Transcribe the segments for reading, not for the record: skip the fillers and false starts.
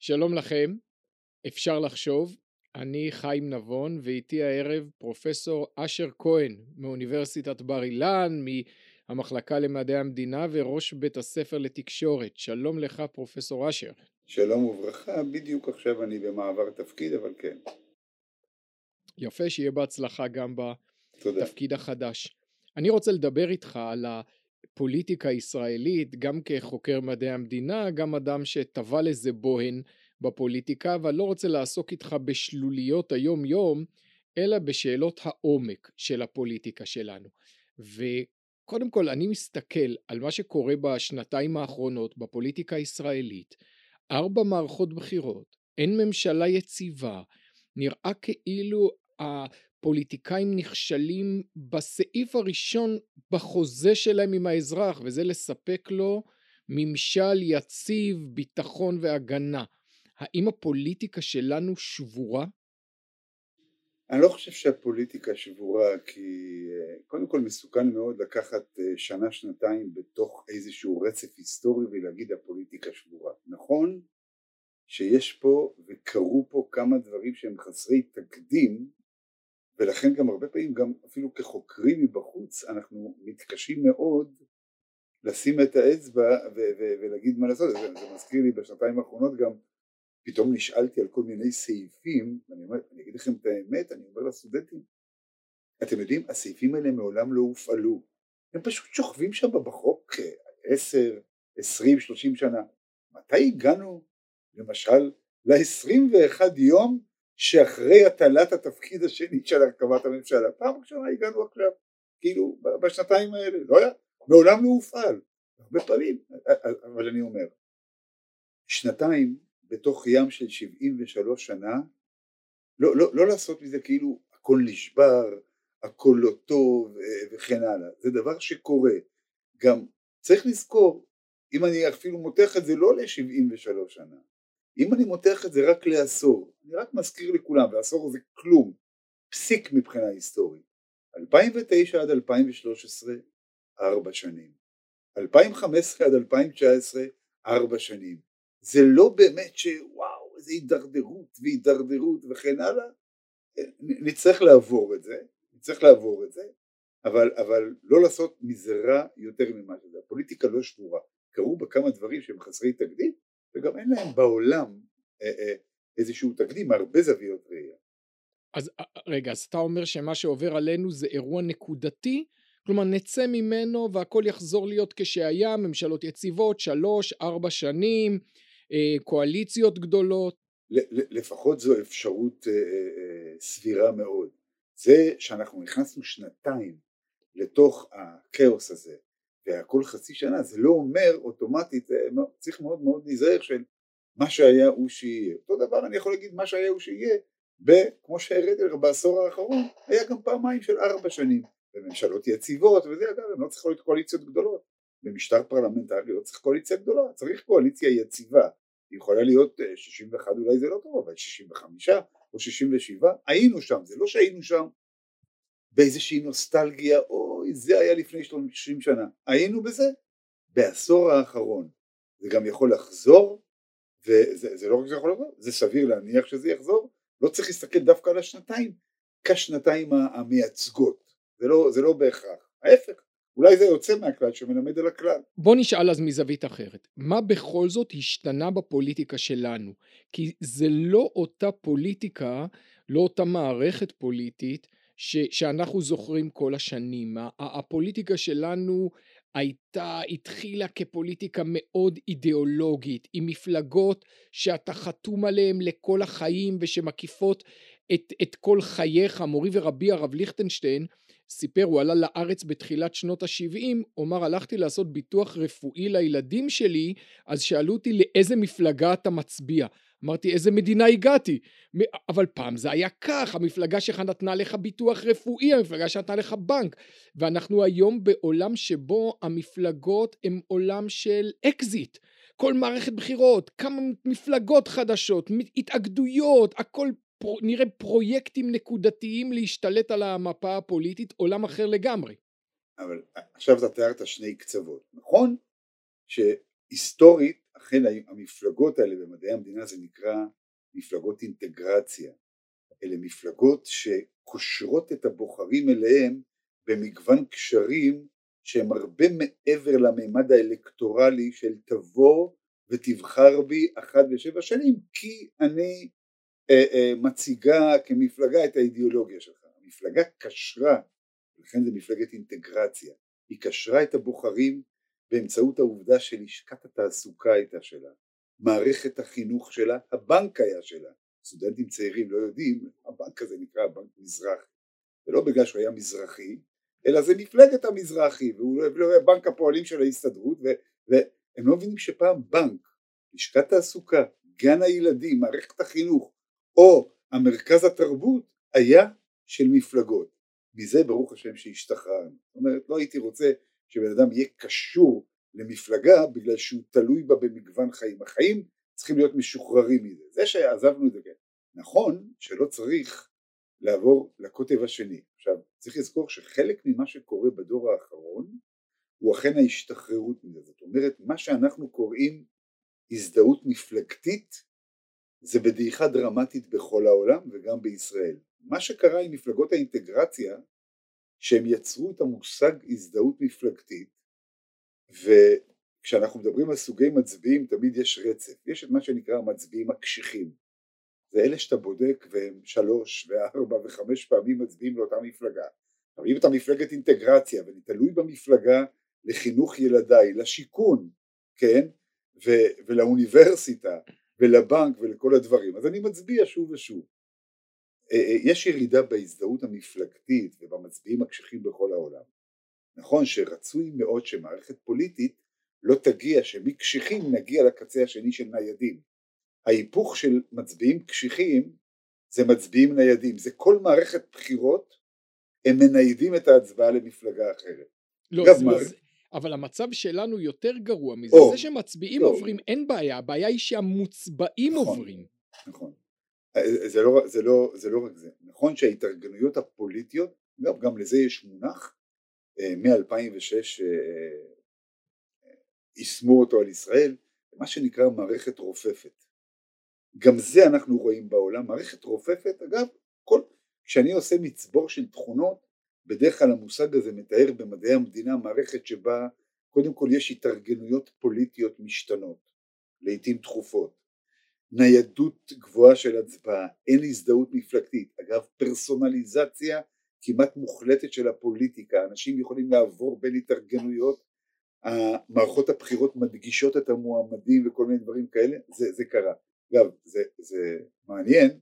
שלום לכם, אפשר לחשוב, אני חיים נבון ואיתי הערב פרופסור אשר כהן מאוניברסיטת בר אילן, מהמחלקה למדעי המדינה וראש בית הספר לתקשורת. שלום לך פרופסור אשר. שלום וברכה, בדיוק עכשיו אני במעבר תפקיד, אבל כן. יפה, שיהיה בהצלחה גם תודה. בתפקיד החדש. אני רוצה לדבר איתך על הפוליטיקה הישראלית, גם כחוקר מדעי המדינה, גם אדם שטבע לזה בוהן בפוליטיקה, אבל לא רוצה לעסוק איתך בשלוליות היום יום, אלא בשאלות העומק של הפוליטיקה שלנו. וקודם כל אני מסתכל על מה שקורה בשנתיים האחרונות בפוליטיקה הישראלית, 4 מערכות בחירות, אין ממשלה יציבה, נראה כאילו הפוליטיקאים נכשלים בסעיף הראשון בחוזה שלהם עם האזרח, וזה לספק לו ממשל יציב, ביטחון והגנה. האם הפוליטיקה שלנו שבורה? אני לא חושב שהפוליטיקה שבורה, כי קודם כל מסוכן מאוד לקחת שנה שנתיים בתוך איזשהו רצף היסטורי ולהגיד הפוליטיקה שבורה. נכון שיש פה וקרו פה כמה דברים שהם חסרי תקדים, ולכן גם הרבה פעמים גם אפילו כחוקרים מבחוץ אנחנו מתקשים מאוד לשים את האצבע ולהגיד מה לעשות. זה מזכיר לי בשנתיים האחרונות גם פתאום נשאלתי על כל מיני סעיפים, אני אגיד לכם את האמת, אני אומר לסטודנטים, אתם יודעים, הסעיפים האלה מעולם לא הופעלו, הם פשוט שוכבים שם בחוק 10, 20, 30 שנה. מתי הגענו למשל ל-21 יום שאחרי הטלת התפקיד השני של הרכבת הממשלה? פעם ראשונה הגענו עכשיו, כאילו בשנתיים האלה, לא היה, מעולם לא הופעל, הרבה פעמים, אבל אני אומר, שנתיים בתוך ים של 73 שנה, לא לעשות מזה כאילו הכל נשבר, הכל לא טוב וכן הלאה. זה דבר שקורה. גם צריך לזכור, אם אני אפילו מותח את זה לא ל-73 שנה, אם אני מותח את זה רק לעשור, אני רק מזכיר לכולם, ועשור זה כלום, פסיק מבחינה היסטורית. 2009 עד 2013, 4 שנים. 2015 עד 2019, 4 שנים. זה לא באמת שוואו, איזה הידרדרות וכן הלאה, נצטרך לעבור את זה, אבל לא לעשות מזרה יותר ממה שזה. הפוליטיקה לא שבורה, קרו בה כמה דברים שהם חסרי תקדים, וגם אין להם בעולם איזשהו תקדים, הרבה זוויות ראייה. אז רגע, אז אתה אומר שמה שעובר עלינו זה אירוע נקודתי, כלומר נצא ממנו והכל יחזור להיות כשהיה, ממשלות יציבות, 3-4 שנים, קואליציות גדולות. לפחות זו אפשרות סבירה מאוד. זה שאנחנו נכנסנו שנתיים לתוך הכאוס הזה והכל חצי שנה, זה לא אומר אוטומטית, צריך מאוד מאוד להיזהר של מה שהיה הוא שיהיה. אותו דבר אני יכול להגיד מה שהיה הוא שיהיה, כמו שהראיתי לך בעשור האחרון, היה גם פעמיים של 4 שנים בממשלות יציבות, וזה אגב, הם לא צריכות להיות קואליציות גדולות, במשטר פרלמנטרי לא צריך קואליציה גדולה, צריך קואליציה יציבה, היא יכולה להיות 61, אולי זה לא טוב, אבל 65 או 67, היינו שם, זה לא שהיינו שם באיזושהי נוסטלגיה, אוי זה היה לפני 30 שנה, היינו בזה בעשור האחרון, זה גם יכול לחזור, וזה לא רק שזה יכול לחזור, זה סביר להניח שזה יחזור, לא צריך להסתכל דווקא על השנתיים, כשנתיים המייצגות, זה לא בהכרח, ההפך, אולי זה יוצא מהכלל שמלמד על הכלל. בוא נשאל אז מזווית אחרת, מה בכל זאת השתנה בפוליטיקה שלנו? כי זה לא אותה פוליטיקה, לא אותה מערכת פוליטית שאנחנו זוכרים כל השנים. הפוליטיקה שלנו התחילה כפוליטיקה מאוד אידיאולוגית, עם מפלגות שאתה חתום עליהן לכל החיים ושמקיפות את כל חייך. מורי ורבי הרב ליכטנשטיין סיפר, הוא עלה לארץ בתחילת שנות ה-70, אומר, הלכתי לעשות ביטוח רפואי לילדים שלי, אז שאלו אותי לאיזה מפלגה אתה מצביע. אמרתי, איזה מדינה הגעתי? אבל פעם זה היה כך, המפלגה שלך נתנה לך ביטוח רפואי, המפלגה שנתנה לך בנק, ואנחנו היום בעולם שבו המפלגות הם עולם של אקזיט, כל מערכת בחירות, כמה מפלגות חדשות, התאגדויות, הכל נראה פרויקטים נקודתיים להשתלט על המפה הפוליטית, עולם אחר לגמרי. אבל עכשיו אתה תיארת שני קצוות, נכון? היסטורית אכן המפלגות האלה במדעי המדינה זה נקרא מפלגות אינטגרציה, אלה מפלגות שקושרות את הבוחרים אליהם במגוון קשרים שהם הרבה מעבר לממד האלקטורלי של תבוא ותבחר בי 1 ו7 שנים כי אני מציגה כמפלגה את האידיאולוגיה שלך. המפלגה קשרה, לכן זה מפלגת אינטגרציה, היא קשרה את הבוחרים באמצעות העובדה שלשכת התעסוקה הייתה שלה, מערכת החינוך שלה, הבנק היה שלה. סטודנטים צעירים לא יודעים, הבנק הזה נקרא בנק מזרחי, זה לא בגלל שהוא היה מזרחי, אלא זה מפלגת המזרחי, והוא לא היה בנק הפועלים של ההסתדרות, והם לא מבינים שפעם בנק, לשכת תעסוקה, גן הילדים, מערכת החינוך, או המרכז התרבות, היה של מפלגות. מזה ברוך השם שהשתחררנו. זאת אומרת, לא הייתי רוצה שבן אדם יהיה קשור למפלגה בגלל שהוא תלוי בה במגוון חיים. החיים צריכים להיות משוחררים מזה. זה שעזבנו את זה, נכון שלא צריך לעבור לקוטב השני. עכשיו צריך לזכור שחלק ממה שקורה בדור האחרון הוא אכן ההשתחררות מזה. זאת אומרת, מה שאנחנו קוראים הזדהות מפלגתית זה בדעיכה דרמטית בכל העולם וגם בישראל. מה שקרה עם מפלגות האינטגרציה שהם יצרו את המושג הזדהות מפלגתית, וכשאנחנו מדברים על סוגי מצביעים תמיד יש רצף. יש את מה שנקרא המצביעים הקשיחים, זה אלה שאתה בודק והם 3 ו4 ו5 פעמים מצביעים לאותה מפלגה. אבל אם אתה מפלגת אינטגרציה ואני תלוי במפלגה לחינוך ילדיי, לשיכון, כן, ולאוניברסיטה ולבנק ולכל הדברים, אז אני מצביע שוב ושוב. יש ירידה בהזדהות המפלגתית ובמצביעים הקשיחים בכל העולם. נכון שרצוי מאוד שמערכת פוליטית לא תגיע שמקשיחים נגיע לקצה השני של ניידים. ההיפוך של מצביעים קשיחים זה מצביעים ניידים, זה כל מערכת בחירות הם מניידים את ההצבעה למפלגה אחרת. לא, אבל המצב שלנו יותר גרוע מזה, זה שמצביעים עוברים אין בעיה, הבעיה היא שהמוצבעים עוברים. נכון, זה לא רק זה, נכון שההתארגנויות הפוליטיות, גם לזה יש מונח, מ-2006 יישמו אותו על ישראל, מה שנקרא מערכת רופפת. גם זה אנחנו רואים בעולם, מערכת רופפת. אגב, כשאני עושה מצבור של תכונות, בדרך כלל המושג הזה מתאר במדעי המדינה מערכת שבה קודם כל יש התארגנויות פוליטיות משתנות, לעתים תכופות, ניידות גבוהה של הצבעה, אין הזדהות מפלגתית, אגב פרסונליזציה כמעט מוחלטת של הפוליטיקה, אנשים יכולים לעבור בין התארגנויות, המערכות הבחירות מדגישות את המועמדים וכל מיני דברים כאלה, זה קרה. אגב, זה מעניין,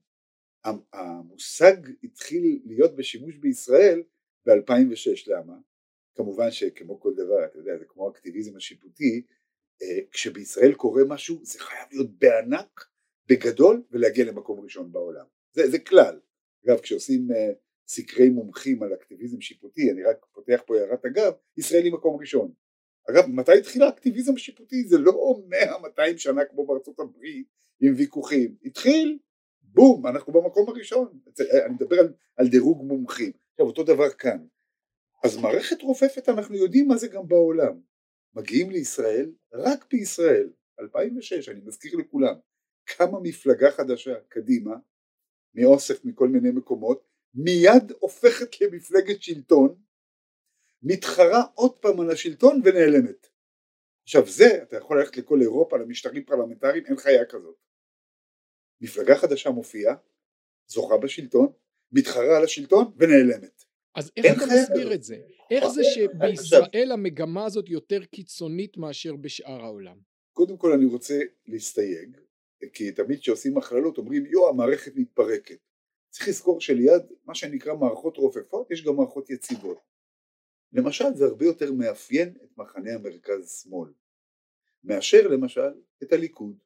המושג התחיל להיות בשימוש בישראל ב-2006, למה? כמובן שכמו כל דבר, אתה יודע, זה כמו אקטיביזם השיפוטי, כשבישראל קורה משהו זה חייב להיות בענק, בגדול, ולהגיע למקום ראשון בעולם. זה כלל. אגב, כשעושים סקרי מומחים על אקטיביזם שיפוטי, אני רק פותח פה הערת אגב, ישראל היא מקום ראשון. אגב, מתי התחיל האקטיביזם השיפוטי? זה לא 100-200 שנה כמו בארצות הברית עם ויכוחים. התחיל, בום, אנחנו במקום הראשון. אני מדבר על דירוג מומחים. עכשיו, אותו דבר כאן. אז מערכת רופפת אנחנו יודעים מה זה גם בעולם. מגיעים לישראל, רק בישראל, 2006, אני מזכיר לכולם, קמה מפלגה חדשה, קדימה, מאוסף מכל מיני מקומות, מיד הופכת למפלגת שלטון, מתחרה עוד פעם על השלטון ונעלמת. עכשיו זה, אתה יכול ללכת לכל אירופה, למשטרים פרלמנטריים, אין חיה כזאת. מפלגה חדשה מופיעה, זוכה בשלטון, מתחרה על השלטון ונעלמת. אז איך אתה מסביר את זה? איך זה שבישראל המגמה הזאת יותר קיצונית מאשר בשאר העולם? קודם כל אני רוצה להסתייג, כי תמיד שעושים הכללות אומרים המערכת מתפרקת. צריך לזכור שליד מה שנקרא מערכות רופפות יש גם מערכות יציבות. למשל זה הרבה יותר מאפיין את מחנה המרכז שמאל מאשר למשל את הליכוד.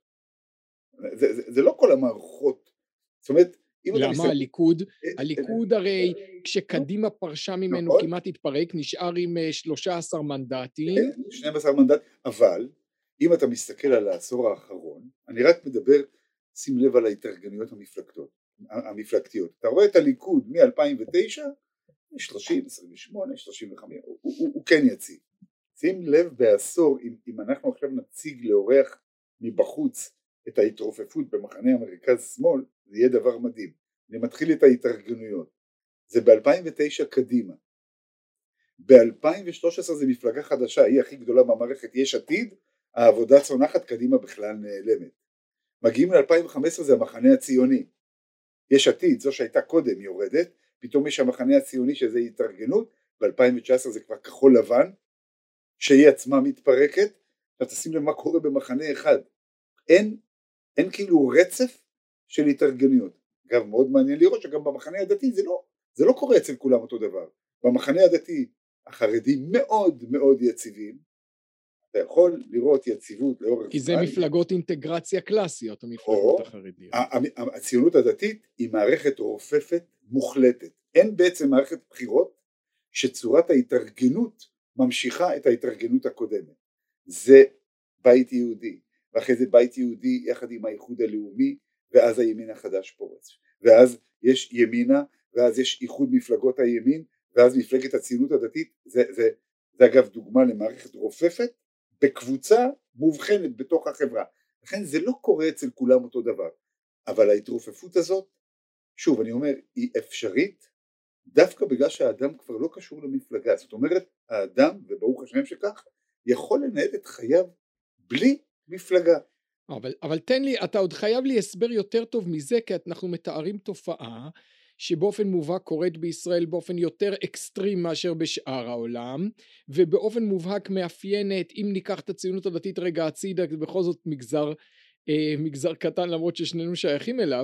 זה לא כל המערכות. זאת אומרת, למה הליכוד? הליכוד הרי כשקדימה פרשה ממנו כמעט התפרק, נשאר עם 13 מנדטים. 12 מנדטים, אבל אם אתה מסתכל על העשור האחרון, אני רק מדבר, שים לב על ההתארגנויות המפלגתיות. אתה רואה את הליכוד מ-2009, 30, 28, 35, הוא כן יציב. שים לב בעשור, אם אנחנו עכשיו נציג לאורח מבחוץ את ההתרופפות במחנה המרכז שמאל, זה יהיה דבר מדהים. אני מתחיל את ההתארגנויות, זה ב-2009 קדימה, ב-2013 זה מפלגה חדשה, היא הכי גדולה במערכת, יש עתיד, העבודה צונחת, קדימה בכלל נעלמת. מגיעים ל-2015 זה המחנה הציוני, יש עתיד, זו שהייתה קודם יורדת, פתאום יש המחנה הציוני שזה התארגנות, ב-2019 זה כבר כחול לבן, שהיא עצמה מתפרקת. עכשיו תשים לב מה קורה במחנה אחד, אין כאילו רצף של התארגנויות. אגב מאוד מעניין לראות שגם במחנה הדתי זה לא קורה אצל כולם אותו דבר. במחנה הדתי החרדים מאוד מאוד יציבים, אתה יכול לראות יציבות לאורך זמן. כי זה מפלגות אינטגרציה קלאסיות, המפלגות החרדיות. הציונות הדתית היא מערכת רופפת מוחלטת, אין בעצם מערכת בחירות שצורת ההתארגנות ממשיכה את ההתארגנות הקודמת. זה בית יהודי, ואחרי זה בית יהודי יחד עם האיחוד הלאומי, ואז הימין החדש פורץ, ואז יש ימינה, ואז יש איחוד מפלגות הימין, ואז מפלגת הציונות הדתית. זה אגב דוגמה למערכת רופפת בקבוצה מובחנת בתוך החברה. לכן זה לא קורה אצל כולם אותו דבר, אבל ההתרופפות הזאת, שוב אני אומר, היא אפשרית דווקא בגלל שהאדם כבר לא קשור למפלגה. זאת אומרת, האדם, וברוך השם שכך, יכול לנהל את חייו בלי מפלגה. אבל תן לי, אתה עוד חייב לי הסבר יותר טוב מזה, כי אנחנו מתארים תופעה שבאופן מובהק קורית בישראל באופן יותר אקסטרים מאשר בשאר העולם, ובאופן מובהק מאפיינת, אם ניקח את הציונות הדתית רגע הצידה, זה בכל זאת מגזר קטן למרות ששנינו שייכים אליו,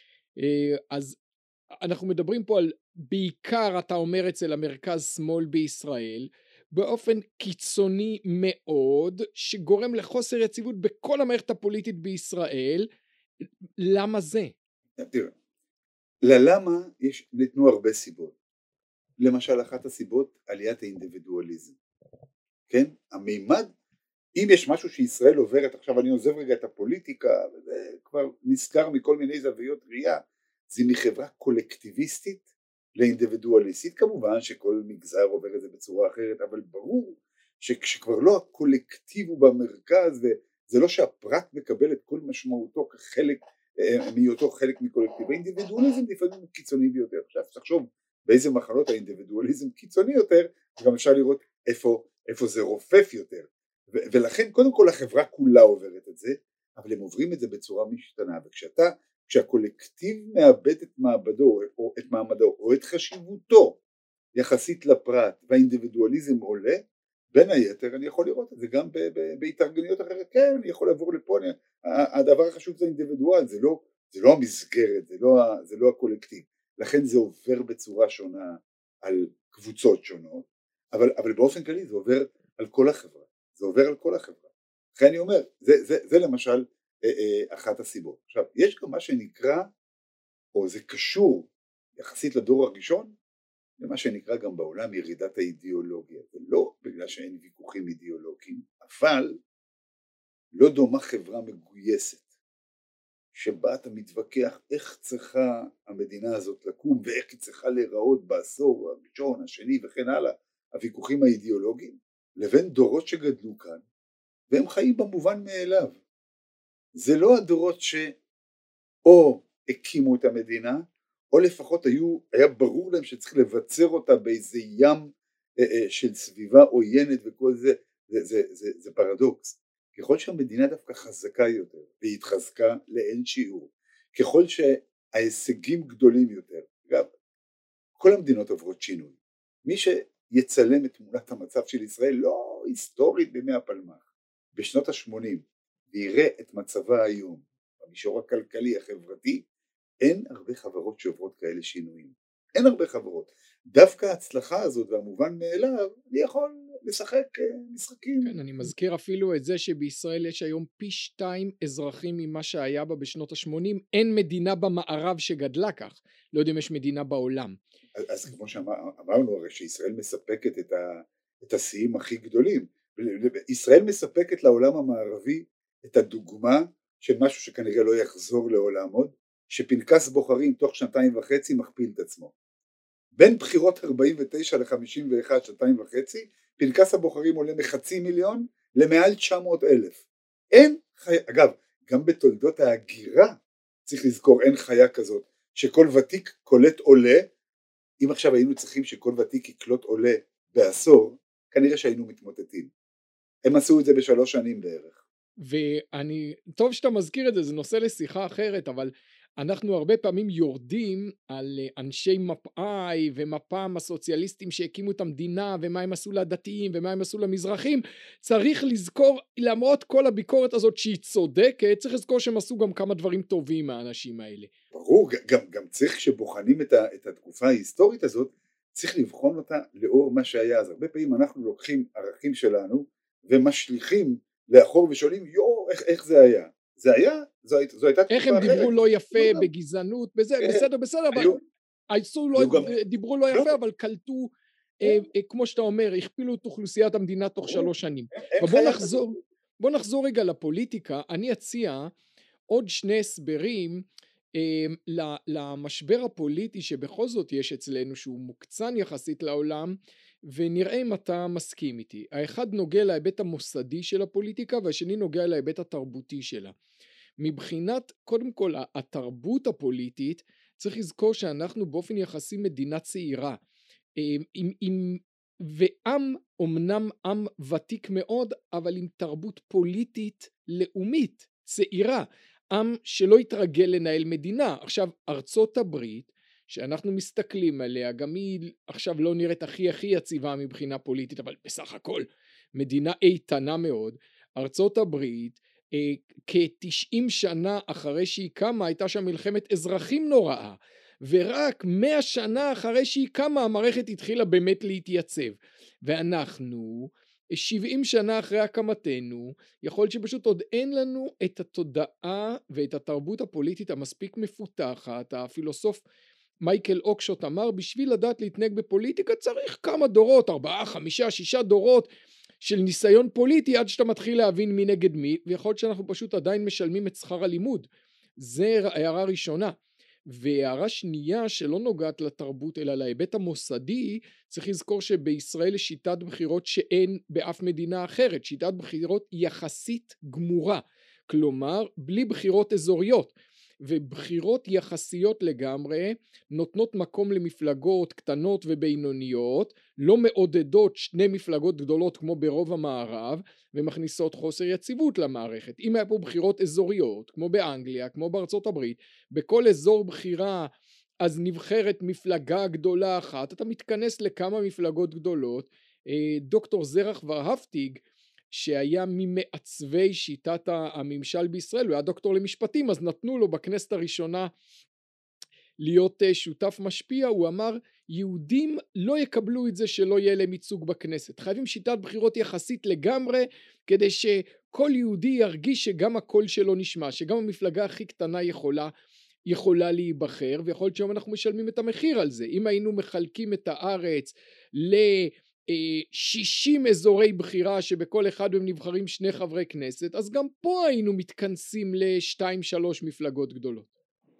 אז אנחנו מדברים פה על בעיקר, אתה אומר, אצל המרכז שמאל בישראל, באופן קיצוני מאוד, שגורם לחוסר יציבות בכל המערכת הפוליטית בישראל. למה זה? תראה, ללמה ניתנו הרבה סיבות. למשל אחת הסיבות, עליית האינדיבידואליזם. כן? המימד, אם יש משהו שישראל עוברת, עכשיו אני עוזב רגע את הפוליטיקה, וזה כבר נזכר מכל מיני זוויות ראייה, זה מחברה קולקטיביסטית לאינדיבידואליסטית. כמובן שכל מגזר עובר את זה בצורה אחרת, אבל ברור שכשכבר לא הקולקטיב הוא במרכז, וזה לא שהפרט מקבל את כל משמעותו כחלק מהיותו חלק מקולקטיב, האינדיבידואליזם לפעמים הוא קיצוני ביותר. עכשיו תחשוב באיזה מחלות האינדיבידואליזם קיצוני יותר, גם אפשר לראות איפה זה רופף יותר, ולכן קודם כל החברה כולה עוברת את זה, אבל הם עוברים את זה בצורה משתנה. כשהקולקטיב מאבד את מעמדו או את חשיבותו יחסית לפרט, והאינדיבידואליזם עולה, בין היתר אני יכול לראות את זה גם בהתארגנויות אחרת. כן, אני יכול לעבור לפה, הדבר החשוב זה האינדיבידואל, זה לא המסגרת, זה לא הקולקטיב. לכן זה עובר בצורה שונה על קבוצות שונות, אבל באופן כללי זה עובר על כל החברה. זה עובר על כל החברה. לכן אני אומר, זה למשל אחת הסיבות. עכשיו, יש גם מה שנקרא, או זה קשור יחסית לדור הראשון, למה שנקרא גם בעולם ירידת האידיאולוגיה. זה לא בגלל שאין ויכוחים אידיאולוגיים, אבל לא דומה חברה מגויסת, שבה אתה מתווכח איך צריכה המדינה הזאת לקום, ואיך היא צריכה להיראות בעשור הראשון, השני וכן הלאה, הוויכוחים האידיאולוגיים, לבין דורות שגדלו כאן, והם חיים במובן מאליו. זה לא הדורות שאו הקימו את המדינה, או לפחות היה ברור להם שצריך לבצר אותה באיזה ים של סביבה עוינת וכל זה. זה פרדוקס. ככל שהמדינה דווקא חזקה יותר, והיא התחזקה לאין שיעור, ככל שההישגים גדולים יותר, אגב, כל המדינות עוברות שינוי. מי שיצלם את תמונת המצב של ישראל, לא היסטורית בימי הפלמ"ח, בשנות ה-80, ויראה את מצבה היום, במישור הכלכלי, החברתי, אין הרבה חברות שעוברות כאלה שינויים. אין הרבה חברות. דווקא ההצלחה הזאת והמובן מאליו, אני יכול לשחק משחקים. כן, אני מזכיר אפילו את זה שבישראל יש היום פי 2 אזרחים ממה שהיה בה בשנות ה-80, אין מדינה במערב שגדלה כך, לא יודע אם יש מדינה בעולם. אז כמו שאמרנו, הרי שישראל מספקת את השיאים הכי גדולים. ישראל מספקת לעולם המערבי את הדוגמה של משהו שכנראה לא יחזור לעולם עוד, שפנקס בוחרים תוך 2.5 מכפיל את עצמו. בין בחירות 49 ל-51, 2.5, פנקס הבוחרים עולה מ500,000 למעל 900,000. אין חיה, אגב, גם בתולדות ההגירה צריך לזכור, אין חיה כזאת שכל ותיק קולט עולה. אם עכשיו היינו צריכים שכל ותיק יקלוט עולה בעשור, כנראה שהיינו מתמוטטים. הם עשו את זה ב3 שנים בערך. טוב שאתה מזכיר את זה, זה נושא לשיחה אחרת, אבל אנחנו הרבה פעמים יורדים על אנשי מפא"י ומפ"ם הסוציאליסטים שהקימו את המדינה, ומה הם עשו לדתיים ומה הם עשו למזרחים. צריך לזכור, למרות כל הביקורת הזאת שהיא צודקת, צריך לזכור שהם עשו גם כמה דברים טובים מהאנשים האלה. ברור, גם צריך, כשבוחנים את התקופה ההיסטורית הזאת, צריך לבחון אותה לאור מה שהיה. אז הרבה פעמים אנחנו לוקחים ערכים שלנו ומשליכים לאחור ושואלים, איך זה היה? זה היה? זו הייתה תקופה איך הם אחרת. דיברו לא יפה בגזענות, בסדר, אבל דיברו לא יפה, אבל קלטו, כמו שאתה אומר, הכפילו את אוכלוסיית המדינה תוך 3 שנים. בוא נחזור רגע לפוליטיקה. אני אציע עוד 2 הסברים למשבר הפוליטי שבכל זאת יש אצלנו, שהוא מוקצן יחסית לעולם, ונראה אם אתה מסכים איתי. האחד נוגע להיבט המוסדי של הפוליטיקה, והשני נוגע להיבט התרבותי שלה. מבחינת, קודם כל, התרבות הפוליטית, צריך לזכור שאנחנו באופן יחסי מדינה צעירה, ועם, אמנם עם ותיק מאוד, אבל עם תרבות פוליטית לאומית צעירה, עם שלא יתרגל לנהל מדינה. עכשיו, ארצות הברית, שאנחנו מסתכלים עליה, גם היא עכשיו לא נראית הכי יציבה מבחינה פוליטית, אבל בסך הכל מדינה איתנה מאוד. ארצות הברית, כ-90 שנה אחרי שהיא קמה, הייתה שם מלחמת אזרחים נוראה, ורק 100 שנה אחרי שהיא קמה, המערכת התחילה באמת להתייצב. ואנחנו 70 שנה אחרי הקמתנו, יכול להיות שפשוט עוד אין לנו את התודעה ואת התרבות הפוליטית המספיק מפותחת. הפילוסוף מייקל אוקשוט אמר, בשביל לדעת להתנהג בפוליטיקה צריך כמה דורות, 4, 5, 6 דורות של ניסיון פוליטי, עד שאתה מתחיל להבין מי נגד מי, ויכול להיות שאנחנו פשוט עדיין משלמים את שכר הלימוד. זה הערה ראשונה. והערה שנייה שלא נוגעת לתרבות אלא להיבט המוסדי, צריך לזכור שבישראל יש שיטת בחירות שאין באף מדינה אחרת, שיטת בחירות יחסית גמורה, כלומר בלי בחירות אזוריות, ובחירות יחסיות לגמרי נותנות מקום למפלגות קטנות ובינוניות, לא מעודדות 2 מפלגות גדולות כמו ברוב המערב, ומכניסות חוסר יציבות למערכת. אם היה פה בחירות אזוריות כמו באנגליה, כמו בארצות הברית, בכל אזור בחירה אז נבחרת מפלגה גדולה אחת, אתה מתכנס לכמה מפלגות גדולות. דוקטור זרח ורהפטיג, שהיה ממעצבי שיטת הממשל בישראל, הוא היה דוקטור למשפטים, אז נתנו לו בכנסת הראשונה להיות שותף משפיע. הוא אמר, יהודים לא יקבלו את זה שלא יהיה להם ייצוג בכנסת, חייבים שיטת בחירות יחסית לגמרי, כדי שכל יהודי ירגיש שגם הקול שלו נשמע, שגם המפלגה הכי קטנה יכולה להיבחר, ויכול להיות שהיום אנחנו משלמים את המחיר על זה. אם היינו מחלקים את הארץ ל60 אזורי בחירה שבכל אחד מהם נבחרים 2 חברי כנסת, אז גם פה היינו מתכנסים ל2-3 מפלגות גדולות.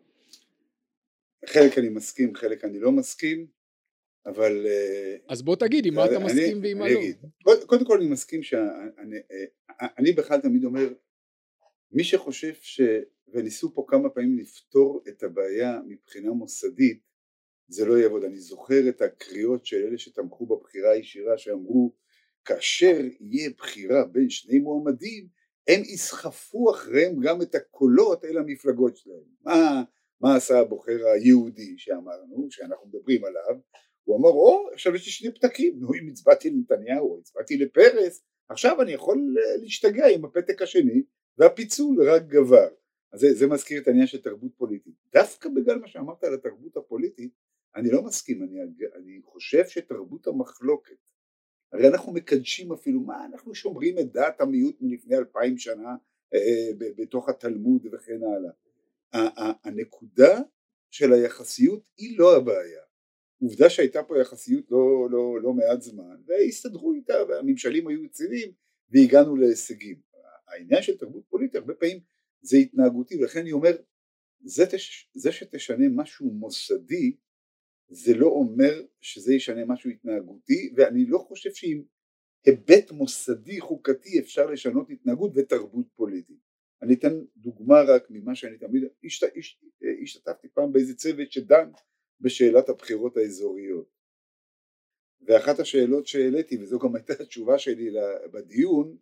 חלק אני מסכים, חלק אני לא מסכים, אבל אז בוא תגיד, מה אתה מסכים ומה לא. קודם כל אני מסכים שאני בכלל תמיד אומר, מי שחושב וניסו פה כמה פעמים לפתור את הבעיה מבחינה מוסדית, זה לא יעבוד. אני זוכר את הקריאות של אלה שתמכו בבחירה הישירה, שאמרו, כאשר יהיה בחירה בין 2 מועמדים, הם יסחפו אחריהם גם את הקולות אל המפלגות שלהם. מה עשה הבוחר היהודי שאמרנו, שאנחנו מדברים עליו? הוא אמר, עכשיו יש לי 2 פתקים, אם הצבעתי לנתניהו או הצבעתי לפרס, עכשיו אני יכול להשתגע עם הפתק השני, והפיצול רק גבר. אז זה מזכיר את העניין של תרבות פוליטית. דווקא בגלל מה שאמרת על התרבות הפוליטית, אני לא מסכים. אני חושב שתרבות המחלוקת, הרי אנחנו מקדשים אפילו, אנחנו שומרים את דעת המיעוט מלפני 2000 שנה בתוך התלמוד וכן הלאה. הנקודה של היחסיות היא לא הבעיה. עובדה שהייתה פה יחסיות לא מעט זמן, והסתדרו איתה, והממשלים היו יציבים, והגענו להישגים. העניין של תרבות פוליטית הרבה פעמים זה התנהגותי, ולכן אני אומר, זה שתשנה משהו מוסדי, זה לא אומר שזה ישנה משהו התנהגותי, ואני לא חושב שאם היבט מוסדי חוקתי אפשר לשנות התנהגות ותרבות פוליטית. אני אתן דוגמה רק ממה שאני תמיד השתתפתי פעם באיזה צוות שדן בשאלת הבחירות האזוריות, ואחת השאלות שהעליתי, וזו גם הייתה התשובה שלי בדיון,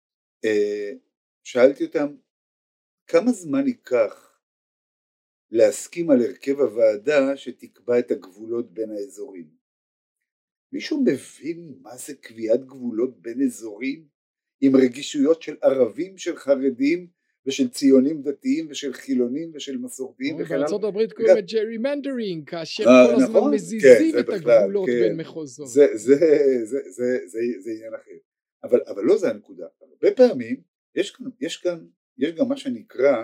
שאלתי אותם כמה זמן ייקח להסכים על הרכב הוועדה שתקבע את הגבולות בין האזורים. מישהו מבין מה זה קביעת גבולות בין אזורים עם רגישויות של ערבים, של חרדים ושל ציונים דתיים ושל חילונים ושל מסורתיים וכן הלאה? בארצות הברית קוראים את ג'רימנדרינג, כאשר כל הזמן מזיזים את הגבולות בין מחוזות. זה עניין אחר, אבל לא זה הנקודה. הרבה פעמים יש גם מה שנקרא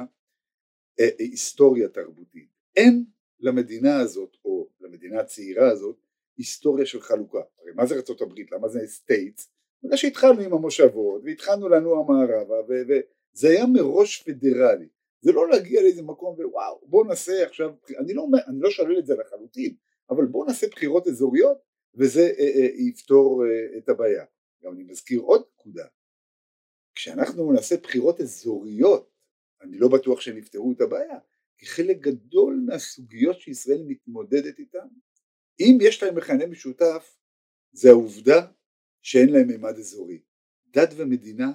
היסטוריה תרבותית. אין למדינה הזאת או למדינה הצעירה הזאת היסטוריה של חלוקה. הרי מה זה ארצות הברית? למה זה סטייטס? בגלל שהתחלנו עם המושבות והתחלנו לנוע מערבה וזה היה מראש פדרלי. זה לא להגיע לאיזה מקום ווואו בוא נעשה עכשיו, אני לא שולל את זה לחלוטין, אבל בוא נעשה בחירות אזוריות וזה יפתור את הבעיה. גם אני מזכיר עוד נקודה, כשאנחנו נעשה בחירות אזוריות אני לא בטוח שהם יפתרו את הבעיה, כי חלק גדול מהסוגיות שישראל מתמודדת איתן, אם יש להם מכנה משותף, זה העובדה שאין להם מימד אזורי. דת ומדינה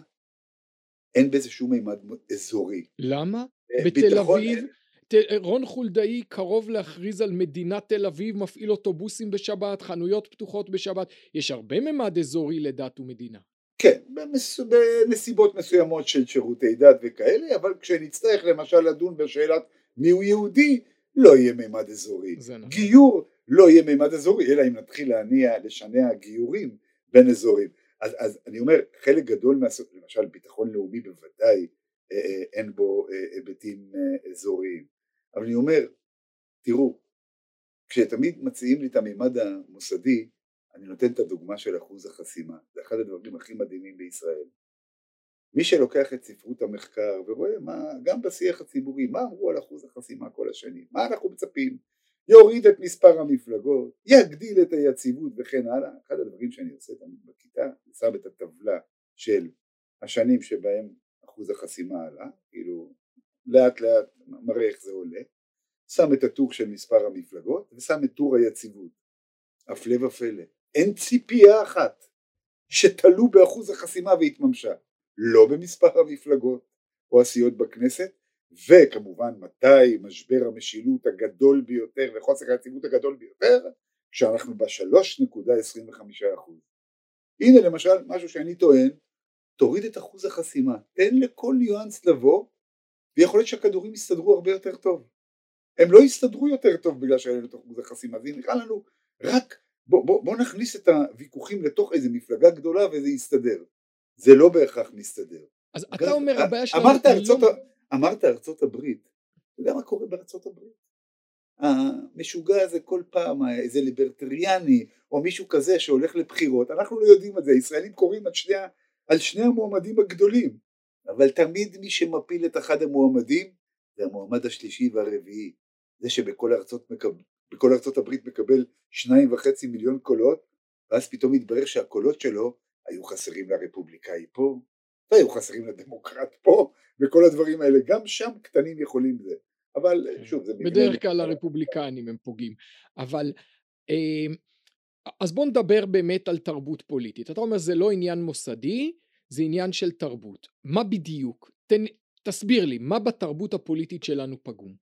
אין בזה שום מימד אזורי. למה? בתל אביב, רון חולדאי קרוב להכריז על מדינת תל אביב, מפעיל אוטובוסים בשבת, חנויות פתוחות בשבת, יש הרבה מימד אזורי לדת ומדינה. כן, בנסיבות מסוימות של שירותי דת וכאלה, אבל כשנצטרך למשל לדון בשאלת מיהו יהודי, לא יהיה מימד אזורי. גיור לא יהיה מימד אזורי, אלא אם נתחיל לשנע גיורים בין אזורים. אז אני אומר, חלק גדול למשל ביטחון לאומי בוודאי אין בו היבטים אזוריים. אבל אני אומר, תראו, כשתמיד מציעים לי את המימד המוסדי, אני נותן את הדוגמה של אחוז החסימה. זה אחד הדברים הכי מדהימים בישראל. מי שלוקח את ספרות המחקר ורואה גם בשיח הציבורי, מה אמרו על אחוז החסימה כל השנים, מה אנחנו מצפים, יוריד את מספר המפלגות, יגדיל את היציבות וכן הלאה. אחד הדברים שאני עושה תמיד בכיתה, אני שם את הטבלה של השנים שבהם אחוז החסימה עלה, כאילו לאט לאט מראה איך זה עולה, שם את הטור של מספר המפלגות ושם את טור היציבות. הפלא ופלא, אין ציפייה אחת שתלו באחוז החסימה והתממשה, לא במספר המפלגות או הסיעות בכנסת, וכמובן מתי משבר המשילות הגדול ביותר וחוסר היציבות הגדול ביותר, כשאנחנו ב3.25%. הנה למשל משהו שאני טוען, תוריד את אחוז החסימה, תן לכל ניואנס לבוא, ויכול להיות שהכדורים יסתדרו הרבה יותר טוב. הם לא יסתדרו יותר טוב בגלל שאין את אחוז החסימה, זה נראה לנו רק בוא נכניס את הוויכוחים לתוך איזה מפלגה גדולה וזה יסתדר. זה לא בהכרח מסתדר. אז אתה אומר הבעיה שלנו... אמרת ארצות הברית, אתה יודע מה קורה בארצות הברית? המשוגע הזה כל פעם, איזה ליברטריאני או מישהו כזה שהולך לבחירות, אנחנו לא יודעים את זה, הישראלים קוראים על שני המועמדים הגדולים, אבל תמיד מי שמפיל את אחד המועמדים זה המועמד השלישי והרביעי, זה שבכל ארצות הברית מקבל 2.5 מיליון קולות, ואז פתאום מתברר שהקולות שלו היו חסרים לרפובליקאי פה, והיו חסרים לדמוקרט פה, וכל הדברים האלה, גם שם קטנים יכולים זה, אבל שוב זה... בדרך כלל הרפובליקנים הם פוגעים, אבל אז בוא נדבר באמת על תרבות פוליטית. אתה אומר זה לא עניין מוסדי, זה עניין של תרבות. מה בדיוק? תסביר לי, מה בתרבות הפוליטית שלנו פגום?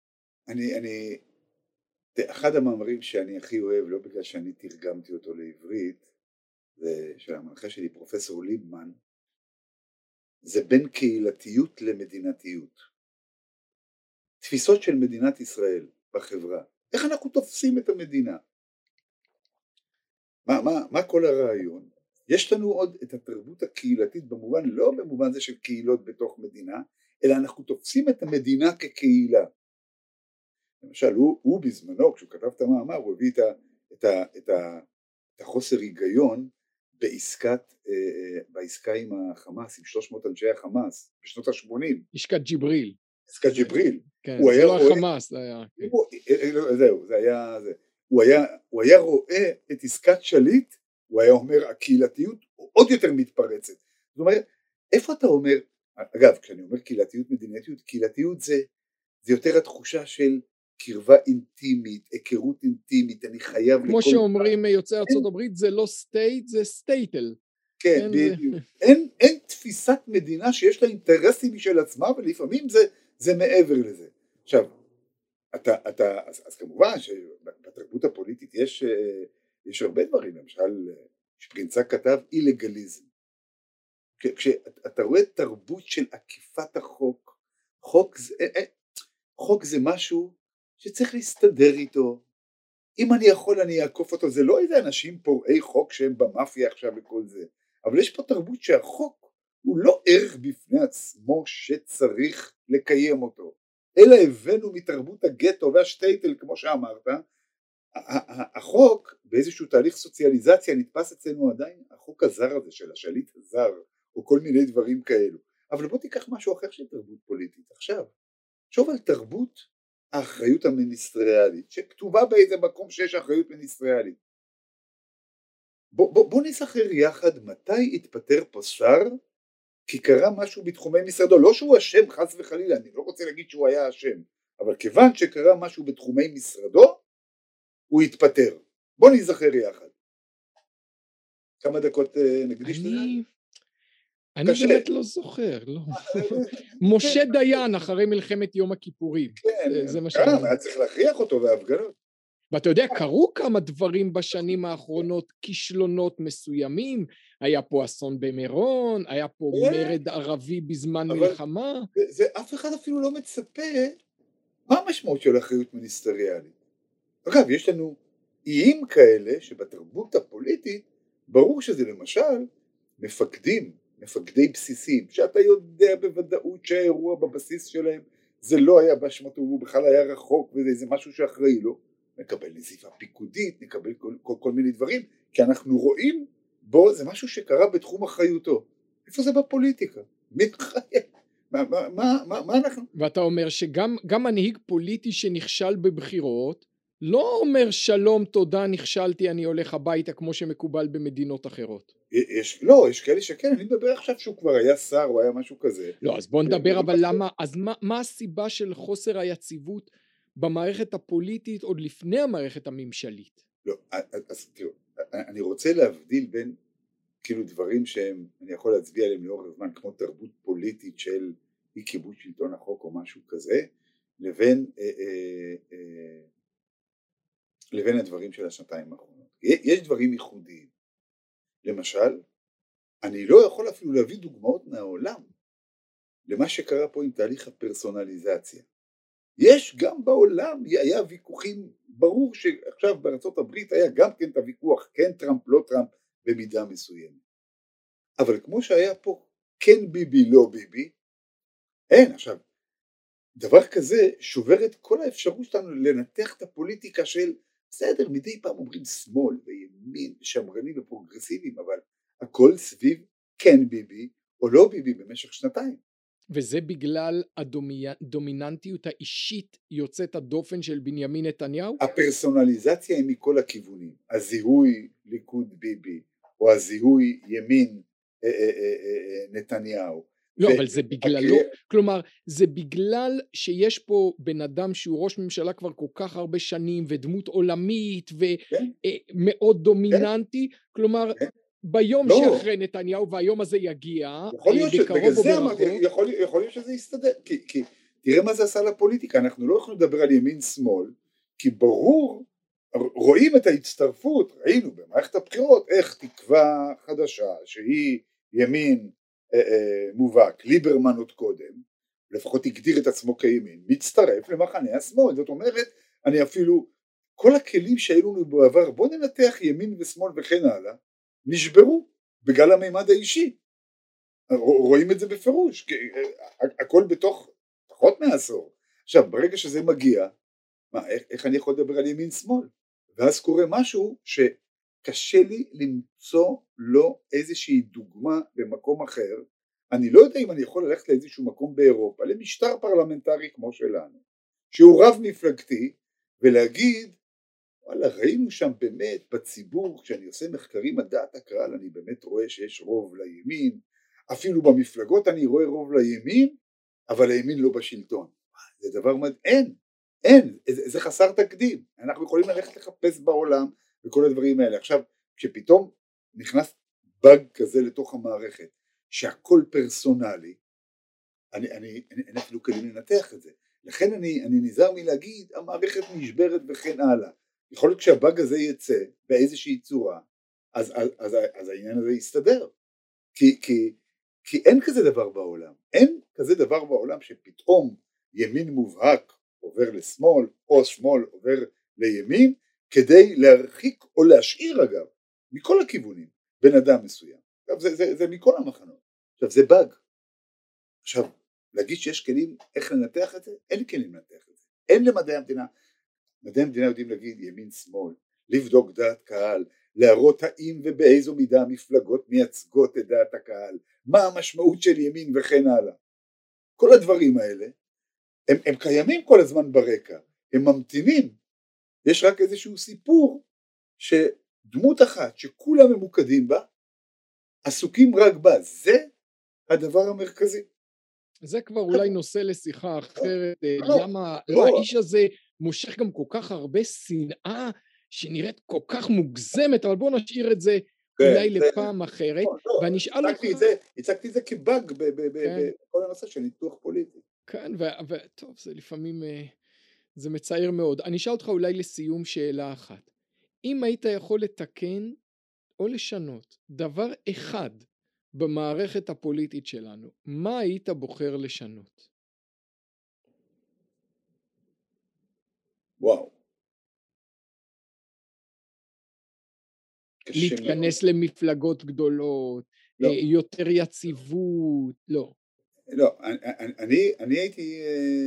אחד המאמרים שאני הכי אוהב, לא בגלל שאני תרגמתי אותו לעברית, זה של המנחה שלי פרופסור ליבמן, זה בין קהילתיות למדינתיות. תפיסות של מדינת ישראל בחברה. איך אנחנו תופסים את המדינה? מה כל הרעיון? יש לנו עוד את התרבות הקהילתית במובן, לא במובן זה של קהילות בתוך מדינה, אלא אנחנו תופסים את המדינה כקהילה. למשל, הוא בזמנו, כשהוא כתב את המאמר, הוא הביא את החוסר היגיון בעסקה עם החמאס, עם 300 אנשי החמאס, בשנות ה-80. עסקת ג'יבריל. עסקת ג'יבריל. כן, זה לא החמאס, זה היה... זהו, זה היה זה. הוא היה רואה את עסקת שליט, הוא היה אומר, הקהילתיות עוד יותר מתפרצת. זאת אומרת, איפה אתה אומר, אגב, כשאני אומר קהילתיות מדינתיות, קהילתיות זה יותר התחושה של קרבה אינטימית, היכרות אינטימית, אני חייב כמו לכל שאומרים יוצאי ארצות אין, הברית, זה לא סטייט, זה סטייטל. כן, כן, זה... בדיוק. אין תפיסת מדינה שיש לה אינטרסים משל עצמה, ולפעמים זה מעבר לזה. עכשיו, אז כמובן שבתרבות הפוליטית יש הרבה דברים, למשל, שפרינצק כתב אילגליזם. כשאתה רואה תרבות של עקיפת החוק, חוק זה משהו שצריך להסתדר איתו, אם אני יכול אני אעקוף אותו, זה לא איזה אנשים פורעי חוק שהם במאפיה עכשיו וכל זה, אבל יש פה תרבות שהחוק הוא לא ערך בפני עצמו שצריך לקיים אותו, אלא הבאנו מתרבות הגטו והשטייטל כמו שאמרת, החוק באיזשהו תהליך סוציאליזציה נתפס אצלנו עדיין החוק הזר הזה של השליט הזר או כל מיני דברים כאלו, אבל בוא תיקח משהו אחר של תרבות פוליטית עכשיו, שוב על תרבות האחריות המיניסטריאלית שכתובה באיזה מקום שיש אחריות מיניסטריאלית. בוא נזכר יחד מתי התפטר פה שר כי קרה משהו בתחומי משרדו, לא שהוא אשם חס וחלילה, אני לא רוצה להגיד שהוא היה אשם, אבל כיוון שקרה משהו בתחומי משרדו הוא התפטר. בוא נזכר יחד. כמה דקות נקדיש לזה? אני באמת לא זוכר, לא. משה דיין אחרי מלחמת יום הכיפורים. כן, זה מה שאני... היה צריך להכריח אותו בהפגנות. ואתה יודע, קרו כמה דברים בשנים האחרונות, כישלונות מסוימים, היה פה אסון במירון, היה פה מרד ערבי בזמן מלחמה. אף אחד אפילו לא מצפה, מה המשמעות של אחריות מיניסטריאלית? אגב, יש לנו איים כאלה שבתרבות הפוליטית, ברור שזה למשל מפקדי בסיסים, שאתה יודע בוודאות שהאירוע בבסיס שלהם, זה לא היה באשמתו, הוא בכלל היה רחוק, וזה משהו שאחראי לו, נקבל נזיפה פיקודית, נקבל כל מיני דברים, כי אנחנו רואים בו, זה משהו שקרה בתחום אחריותו. איפה זה בפוליטיקה? מי חייב? מה אנחנו? ואתה אומר שגם מנהיג פוליטי שנכשל בבחירות, לא אומר שלום תודה נכשלתי אני הולך הביתה כמו שמקובל במדינות אחרות. יש כאלה שכן, אני מדבר עכשיו שהוא כבר היה שר או היה משהו כזה. לא, אז בוא נדבר, אבל למה, אז מה הסיבה של חוסר היציבות במערכת הפוליטית עוד לפני המערכת הממשלית? לא, אז תראו, אני רוצה להבדיל בין כאילו דברים שהם, אני יכול להצביע עליהם לאורך הזמן, כמו תרבות פוליטית של אי כיבוד שלטון החוק או משהו כזה, לבין הדברים של השנתיים האחרונות. יש דברים ייחודיים. למשל, אני לא יכול אפילו להביא דוגמאות מהעולם למה שקרה פה עם תהליך הפרסונליזציה. יש גם בעולם, היה ויכוחים, ברור שעכשיו בארצות הברית היה גם כן את הוויכוח, כן טראמפ, לא טראמפ, במידה מסוימת. אבל כמו שהיה פה, כן ביבי, לא ביבי, אין. עכשיו, דבר כזה שובר את כל האפשרות שלנו לנתח את הפוליטיקה של, בסדר, מדי פעם אומרים שמאל וימין, שמרנים ופרוגרסיביים, אבל הכל סביב כן ביבי או לא ביבי במשך שנתיים. וזה בגלל הדומיננטיות האישית יוצאת הדופן של בנימין נתניהו? הפרסונליזציה היא מכל הכיוונים, הזיהוי ליכוד ביבי או הזיהוי ימין נתניהו. לא, אבל זה בגללו, כלומר זה בגלל שיש פה בן אדם שהוא ראש ממשלה כבר כל כך הרבה שנים ודמות עולמית ומאוד דומיננטי, כלומר ביום שאחרי נתניהו והיום הזה יגיע בקרוב או ברחוב, יכול להיות שזה יסתדר, כי תראה מה זה עשה לפוליטיקה, אנחנו לא יכולים לדבר על ימין שמאל, כי ברור, רואים את ההצטרפות, ראינו במערכת הבחירות איך תקווה חדשה שהיא ימין מובהק, ליברמן עוד קודם, לפחות הגדיר את עצמו כימין, מצטרף למחנה השמאל. זאת אומרת, אני אפילו, כל הכלים שהיו לנו בעבר, בוא ננתח ימין ושמאל וכן הלאה, נשברו בגלל המימד האישי. רואים את זה בפירוש, הכל בתוך פחות מעשור. עכשיו, ברגע שזה מגיע, איך אני יכול לדבר על ימין שמאל? ואז קורה משהו קשה לי למצוא לו איזושהי דוגמה במקום אחר. אני לא יודע אם אני יכול ללכת לאיזשהו מקום באירופה, למשטר פרלמנטרי כמו שלנו, שהוא רב מפלגתי, ולהגיד, וואלה, ראינו שם באמת בציבור, כשאני עושה מחקרים על דעת הקהל, אני באמת רואה שיש רוב לימין, אפילו במפלגות אני רואה רוב לימין, אבל הימין לא בשלטון. זה דבר אין, זה חסר תקדים. אנחנו יכולים ללכת לחפש בעולם וכל הדברים האלה. עכשיו, כשפתאום נכנס באג כזה לתוך המערכת, שהכל פרסונלי, אין אפילו כלים לנתח את זה. לכן אני נזהר מלהגיד, המערכת נשברת וכן הלאה. יכול להיות כשהבאג הזה יצא באיזושהי צורה, אז העניין הזה יסתדר. כי אין כזה דבר בעולם. אין כזה דבר בעולם שפתאום ימין מובהק עובר לשמאל, או שמאל עובר לימין, כדי להרחיק או להשאיר אגב, מכל הכיוונים, בן אדם מסוים. עכשיו, זה מכל המחנות. עכשיו, זה באג. עכשיו, להגיד שיש כלים איך לנתח את זה, אין כלים לנתח את זה. אין למדעי המדינה. מדעי המדינה יודעים להגיד ימין שמאל, לבדוק דעת קהל, להראות האם ובאיזו מידה המפלגות מייצגות את דעת הקהל, מה המשמעות של ימין וכן הלאה. כל הדברים האלה, הם קיימים כל הזמן ברקע, הם ממתינים. יש רק איזשהו סיפור שדמות אחת שכולם ממוקדים בה, עסוקים רק בה. זה הדבר המרכזי. זה כבר אולי נושא לשיחה אחרת, למה האיש הזה מושך גם כל כך הרבה שנאה שנראית כל כך מוגזמת, אבל בוא נשאיר את זה אולי לפעם אחרת, ואני אשאל אותך... הצגתי את זה כבאג בכל הנושא של ניתוח פוליטי. כן, וטוב, זה לפעמים, זה מצער מאוד. אני אשאל אותך אולי לסיום שאלה אחת. אם היית יכול לתקן או לשנות דבר אחד במערכת הפוליטית שלנו, מה היית בוחר לשנות? וואו. להתכנס למפלגות גדולות, לא. יותר יציבות, לא. לא, אני הייתי...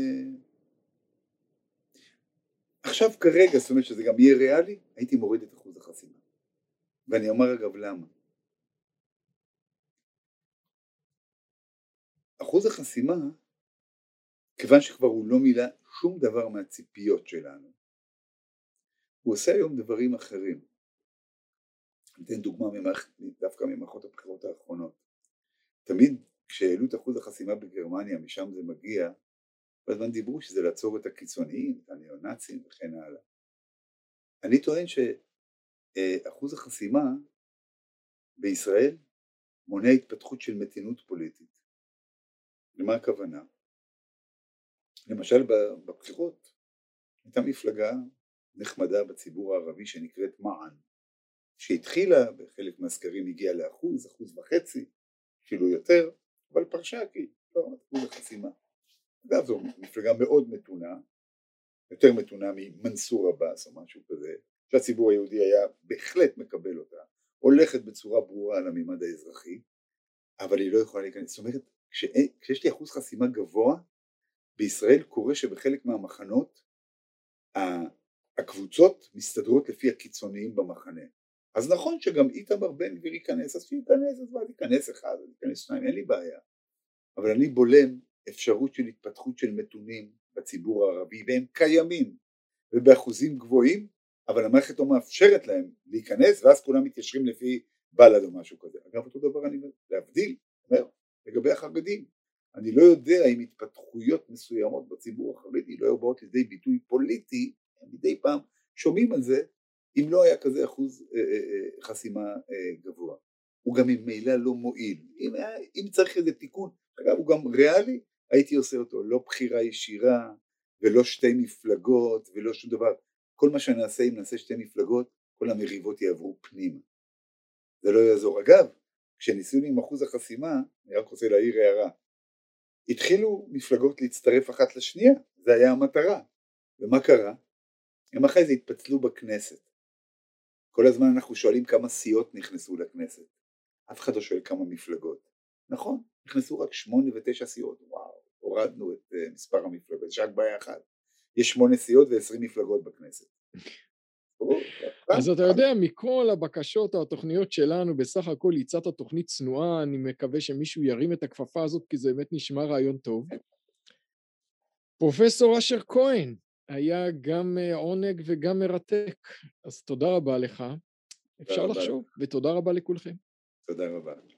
עכשיו כרגע, זאת אומרת שזה גם יהיה ריאלי, הייתי מוריד את אחוז החסימה. ואני אומר אגב למה. אחוז החסימה, כיוון שכבר הוא לא מילא שום דבר מהציפיות שלנו, הוא עושה היום דברים אחרים. אני אתן דוגמה דווקא ממערכות הבחירות האחרונות. תמיד כשהעלו את אחוז החסימה בגרמניה, משם זה מגיע, בזמן דיברו שזה לעצור את הקיצוניים, את הניאו-נאצים וכן הלאה. אני טוען שאחוז החסימה בישראל מונע התפתחות של מתינות פוליטית. למה הכוונה? למשל בבחירות הייתה מפלגה נחמדה בציבור הערבי שנקראת מען, שהתחילה בחלק מהסקרים הגיעה לאחוז, 1.5%, אפילו יותר, אבל פרשה כי לא אחוז החסימה. אגב זו מפלגה מאוד מתונה, יותר מתונה ממנסור עבאס או משהו כזה, שהציבור היהודי היה בהחלט מקבל אותה, הולכת בצורה ברורה על הממד האזרחי, אבל היא לא יכולה להיכנס. זאת אומרת, כשיש לי אחוז חסימה גבוה, בישראל קורה שבחלק מהמחנות, הקבוצות מסתדרות לפי הקיצוניים במחנה. אז נכון שגם איתמר בן גביר ייכנס, אז שייכנס, אז מה, ייכנס אחד, ייכנס שניים, אין לי בעיה. אבל אני בולם אפשרות של התפתחות של מתונים בציבור הערבי, והם קיימים, ובאחוזים גבוהים, אבל המערכת לא מאפשרת להם להיכנס, ואז כולם מתיישרים לפי בל"ד או משהו כזה. אגב, אותו דבר אני להבדיל, אומר, לגבי החרדים. אני לא יודע אם התפתחויות מסוימות בציבור החרדי לא באות לידי ביטוי פוליטי, מדי פעם שומעים על זה, אם לא היה כזה אחוז חסימה גבוה. הוא גם ממילא לא מועיל. אם צריך איזה תיקון, אגב הוא גם ריאלי, הייתי עושה אותו, לא בחירה ישירה, ולא שתי מפלגות, ולא שום דבר. כל מה שנעשה, אם נעשה שתי מפלגות, כל המריבות יעברו פנימה. זה לא יעזור. אגב, כשניסינו עם אחוז החסימה, אני רק רוצה להעיר הערה, התחילו מפלגות להצטרף אחת לשנייה, זה היה המטרה. ומה קרה? הם אחרי זה התפצלו בכנסת. כל הזמן אנחנו שואלים כמה סיעות נכנסו לכנסת. אף אחד לא שואל כמה מפלגות. נכון, נכנסו רק 8 ו9 סיעות. וואו, הורדנו את מספר המפלגות. יש רק בעיה אחת. יש 8 סיעות ו20 מפלגות בכנסת. אז אתה יודע, מכל הבקשות או התוכניות שלנו, בסך הכל יצאת תוכנית צנועה, אני מקווה שמישהו ירים את הכפפה הזאת, כי זה באמת נשמע רעיון טוב. פרופסור אשר כהן, היה גם עונג וגם מרתק, אז תודה רבה לך. תודה אפשר רבה לך. לחשוב, ותודה רבה לכולכם. תודה רבה.